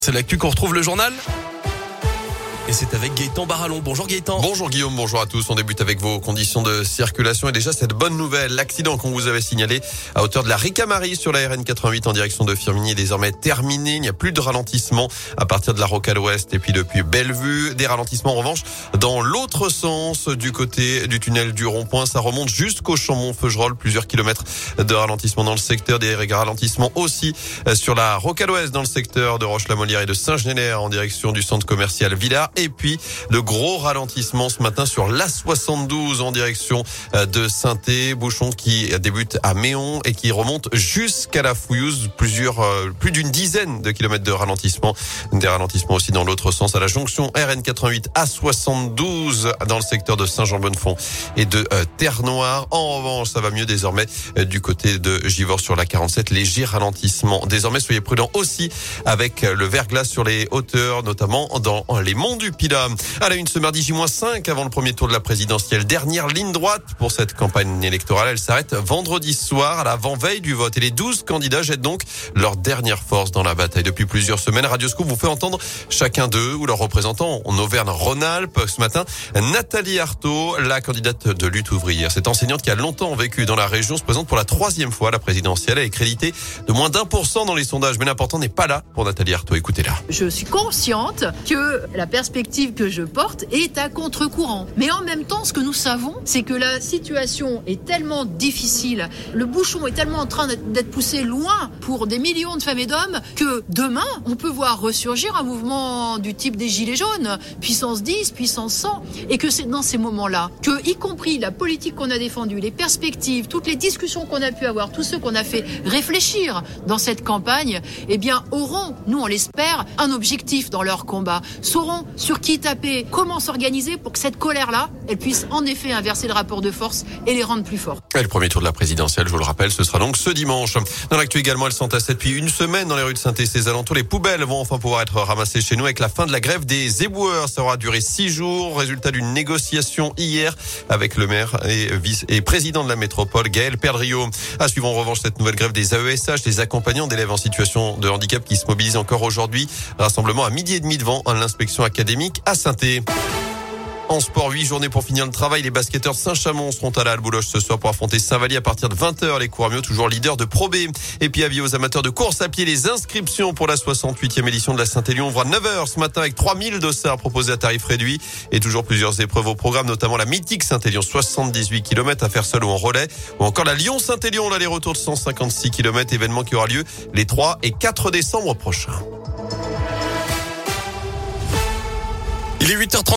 C'est l'actu qu'on retrouve le journal. Et c'est avec Gaëtan Barallon. Bonjour Gaëtan. Bonjour Guillaume, bonjour à tous. On débute avec vos conditions de circulation et déjà cette bonne nouvelle. L'accident qu'on vous avait signalé à hauteur de la Ricamarie sur la RN 88 en direction de Firminy est désormais terminé. Il n'y a plus de ralentissement à partir de la Rocade Ouest et puis depuis Bellevue. Des ralentissements en revanche dans l'autre sens du côté du tunnel du rond-point. Ça remonte jusqu'au Chambon-Feugerolles. Plusieurs kilomètres de ralentissement dans le secteur. Des ralentissements aussi sur la Rocade Ouest dans le secteur de Roche-la-Molière et de Saint-Genélaire en direction du centre commercial Villars. Et puis, le gros ralentissement ce matin sur l'A72 en direction de Saint-Thé. Bouchon qui débute à Méon et qui remonte jusqu'à la Fouillouse. Plus d'une dizaine de kilomètres de ralentissement. Des ralentissements aussi dans l'autre sens à la jonction RN 88 A72 dans le secteur de Saint-Jean-Bonnefond et de Terre-Noire. En revanche, ça va mieux désormais du côté de Givors sur la 47. Léger ralentissement. Désormais, soyez prudents aussi avec le verglas sur les hauteurs, notamment dans les monts du Pilat. À la une ce mardi J-5 avant le premier tour de la présidentielle. Dernière ligne droite pour cette campagne électorale. Elle s'arrête vendredi soir à l'avant-veille du vote. Et les 12 candidats jettent donc leur dernière force dans la bataille. Depuis plusieurs semaines, Radio Scoop vous fait entendre chacun d'eux ou leurs représentants en Auvergne-Rhône-Alpes. Ce matin, Nathalie Arthaud, la candidate de Lutte ouvrière. Cette enseignante qui a longtemps vécu dans la région se présente pour la 3e fois à la présidentielle. Elle est créditée de moins d'1% dans les sondages. Mais l'important n'est pas là pour Nathalie Arthaud. Écoutez-la. Je suis consciente que la perspective que je porte est à contre-courant. Mais en même temps, ce que nous savons, c'est que la situation est tellement difficile, le bouchon est tellement en train d'être poussé loin pour des millions de femmes et d'hommes que demain, on peut voir ressurgir un mouvement du type des Gilets jaunes, puissance 10, puissance 100, et que c'est dans ces moments-là que, y compris la politique qu'on a défendue, les perspectives, toutes les discussions qu'on a pu avoir, tous ceux qu'on a fait réfléchir dans cette campagne, eh bien, auront, nous on l'espère, un objectif dans leur combat, sauront sur qui taper, comment s'organiser pour que cette colère-là, elle puisse en effet inverser le rapport de force et les rendre plus forts. Et le premier tour de la présidentielle, je vous le rappelle, ce sera donc ce dimanche. Dans l'actu également, elles sont à 7 depuis une semaine dans les rues de Saint-Thé et ses alentours. Les poubelles vont enfin pouvoir être ramassées chez nous avec la fin de la grève des éboueurs. Ça aura duré 6 jours, résultat d'une négociation hier avec le maire et président de la métropole, Gaël Perdriau. À suivre en revanche cette nouvelle grève des AESH, des accompagnants d'élèves en situation de handicap qui se mobilisent encore aujourd'hui. Rassemblement à 12h30 devant l'inspection académique à Saint-Thé. En sport, 8 journées pour finir le travail. Les basketteurs de Saint-Chamond seront à la Halle-Bouloche ce soir pour affronter Saint-Vallier à partir de 20h. Les Couramiaux, toujours leader de Pro B. Et puis avis aux amateurs de course à pied, les inscriptions pour la 68e édition de la Saint-Élion ouvrent à 9h ce matin avec 3000 dossards proposés à tarif réduit. Et toujours plusieurs épreuves au programme, notamment la mythique Saint-Élion, 78 km à faire seul ou en relais. Ou encore la Lyon-Saint-Élion, l'aller-retour de 156 km, événement qui aura lieu les 3 et 4 décembre prochains. Il est 8h30.